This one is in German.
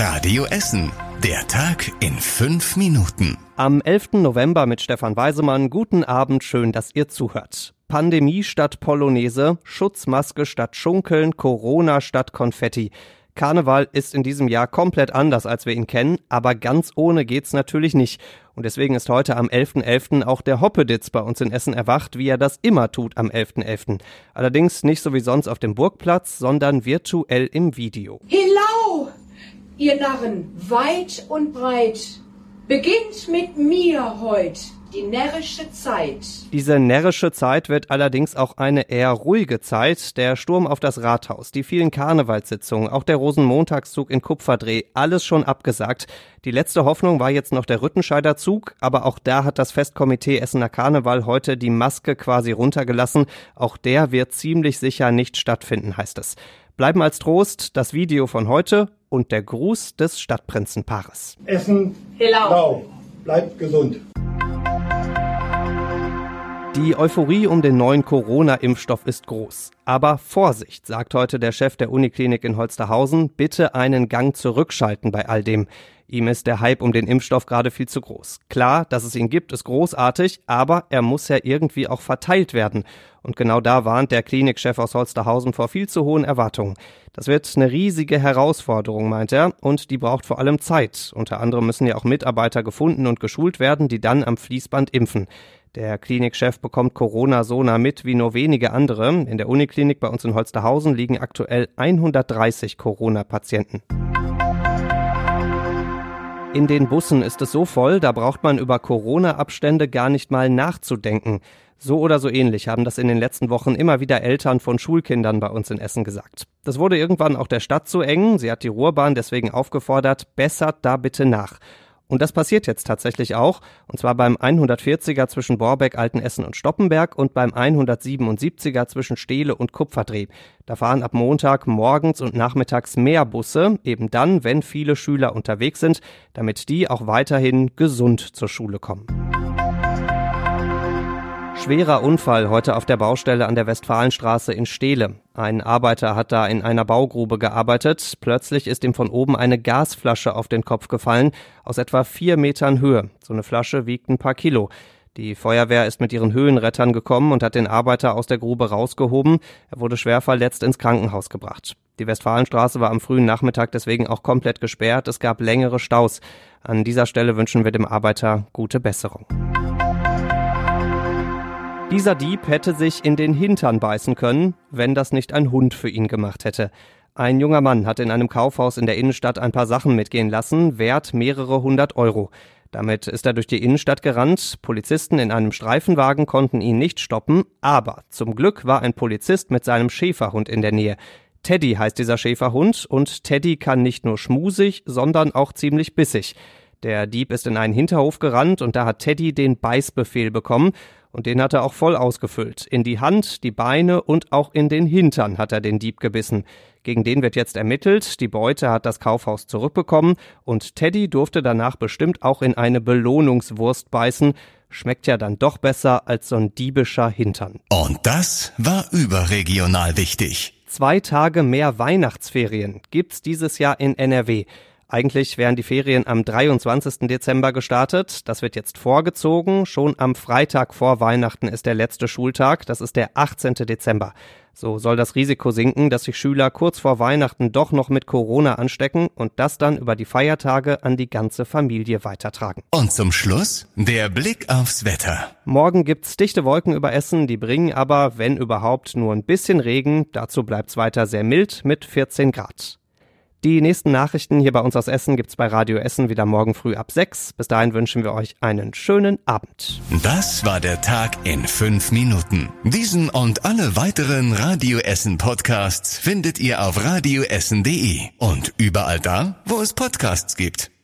Radio Essen. Der Tag in 5 Minuten. Am 11. November mit Stefan Weisemann. Guten Abend, schön, dass ihr zuhört. Pandemie statt Polonaise, Schutzmaske statt Schunkeln, Corona statt Konfetti. Karneval ist in diesem Jahr komplett anders, als wir ihn kennen, aber ganz ohne geht's natürlich nicht. Und deswegen ist heute am 11.11. auch der Hoppeditz bei uns in Essen erwacht, wie er das immer tut am 11.11. Allerdings nicht so wie sonst auf dem Burgplatz, sondern virtuell im Video. Hilau, ihr Narren, weit und breit, beginnt mit mir heut die närrische Zeit. Diese närrische Zeit wird allerdings auch eine eher ruhige Zeit. Der Sturm auf das Rathaus, die vielen Karnevalssitzungen, auch der Rosenmontagszug in Kupferdreh, alles schon abgesagt. Die letzte Hoffnung war jetzt noch der Rüttenscheider Zug, aber auch da hat das Festkomitee Essener Karneval heute die Maske quasi runtergelassen. Auch der wird ziemlich sicher nicht stattfinden, heißt es. Bleiben als Trost das Video von heute und der Gruß des Stadtprinzenpaares. Essen, Hilau, bleibt gesund. Die Euphorie um den neuen Corona-Impfstoff ist groß. Aber Vorsicht, sagt heute der Chef der Uniklinik in Holsterhausen, bitte einen Gang zurückschalten bei all dem. Ihm ist der Hype um den Impfstoff gerade viel zu groß. Klar, dass es ihn gibt, ist großartig, aber er muss ja irgendwie auch verteilt werden. Und genau da warnt der Klinikchef aus Holsterhausen vor viel zu hohen Erwartungen. Das wird eine riesige Herausforderung, meint er, und die braucht vor allem Zeit. Unter anderem müssen ja auch Mitarbeiter gefunden und geschult werden, die dann am Fließband impfen. Der Klinikchef bekommt Corona so nah mit wie nur wenige andere. In der Uniklinik bei uns in Holsterhausen liegen aktuell 130 Corona-Patienten. In den Bussen ist es so voll, da braucht man über Corona-Abstände gar nicht mal nachzudenken. So oder so ähnlich haben das in den letzten Wochen immer wieder Eltern von Schulkindern bei uns in Essen gesagt. Das wurde irgendwann auch der Stadt zu eng. Sie hat die Ruhrbahn deswegen aufgefordert, bessert da bitte nach. Und das passiert jetzt tatsächlich auch, und zwar beim 140er zwischen Borbeck, Altenessen und Stoppenberg und beim 177er zwischen Steele und Kupferdreh. Da fahren ab Montag morgens und nachmittags mehr Busse, eben dann, wenn viele Schüler unterwegs sind, damit die auch weiterhin gesund zur Schule kommen. Schwerer Unfall heute auf der Baustelle an der Westfalenstraße in Steele. Ein Arbeiter hat da in einer Baugrube gearbeitet. Plötzlich ist ihm von oben eine Gasflasche auf den Kopf gefallen, aus etwa 4 Metern Höhe. So eine Flasche wiegt ein paar Kilo. Die Feuerwehr ist mit ihren Höhenrettern gekommen und hat den Arbeiter aus der Grube rausgehoben. Er wurde schwer verletzt ins Krankenhaus gebracht. Die Westfalenstraße war am frühen Nachmittag deswegen auch komplett gesperrt. Es gab längere Staus. An dieser Stelle wünschen wir dem Arbeiter gute Besserung. Dieser Dieb hätte sich in den Hintern beißen können, wenn das nicht ein Hund für ihn gemacht hätte. Ein junger Mann hat in einem Kaufhaus in der Innenstadt ein paar Sachen mitgehen lassen, wert mehrere 100 Euro. Damit ist er durch die Innenstadt gerannt. Polizisten in einem Streifenwagen konnten ihn nicht stoppen, aber zum Glück war ein Polizist mit seinem Schäferhund in der Nähe. Teddy heißt dieser Schäferhund und Teddy kann nicht nur schmusig, sondern auch ziemlich bissig. Der Dieb ist in einen Hinterhof gerannt und da hat Teddy den Beißbefehl bekommen. Und den hat er auch voll ausgefüllt. In die Hand, die Beine und auch in den Hintern hat er den Dieb gebissen. Gegen den wird jetzt ermittelt. Die Beute hat das Kaufhaus zurückbekommen. Und Teddy durfte danach bestimmt auch in eine Belohnungswurst beißen. Schmeckt ja dann doch besser als so ein diebischer Hintern. Und das war überregional wichtig. 2 Tage mehr Weihnachtsferien gibt's dieses Jahr in NRW. Eigentlich wären die Ferien am 23. Dezember gestartet. Das wird jetzt vorgezogen. Schon am Freitag vor Weihnachten ist der letzte Schultag. Das ist der 18. Dezember. So soll das Risiko sinken, dass sich Schüler kurz vor Weihnachten doch noch mit Corona anstecken und das dann über die Feiertage an die ganze Familie weitertragen. Und zum Schluss der Blick aufs Wetter. Morgen gibt's dichte Wolken über Essen, die bringen aber, wenn überhaupt, nur ein bisschen Regen. Dazu bleibt's weiter sehr mild mit 14 Grad. Die nächsten Nachrichten hier bei uns aus Essen gibt's bei Radio Essen wieder morgen früh ab 6. Bis dahin wünschen wir euch einen schönen Abend. Das war der Tag in 5 Minuten. Diesen und alle weiteren Radio Essen Podcasts findet ihr auf radioessen.de und überall da, wo es Podcasts gibt.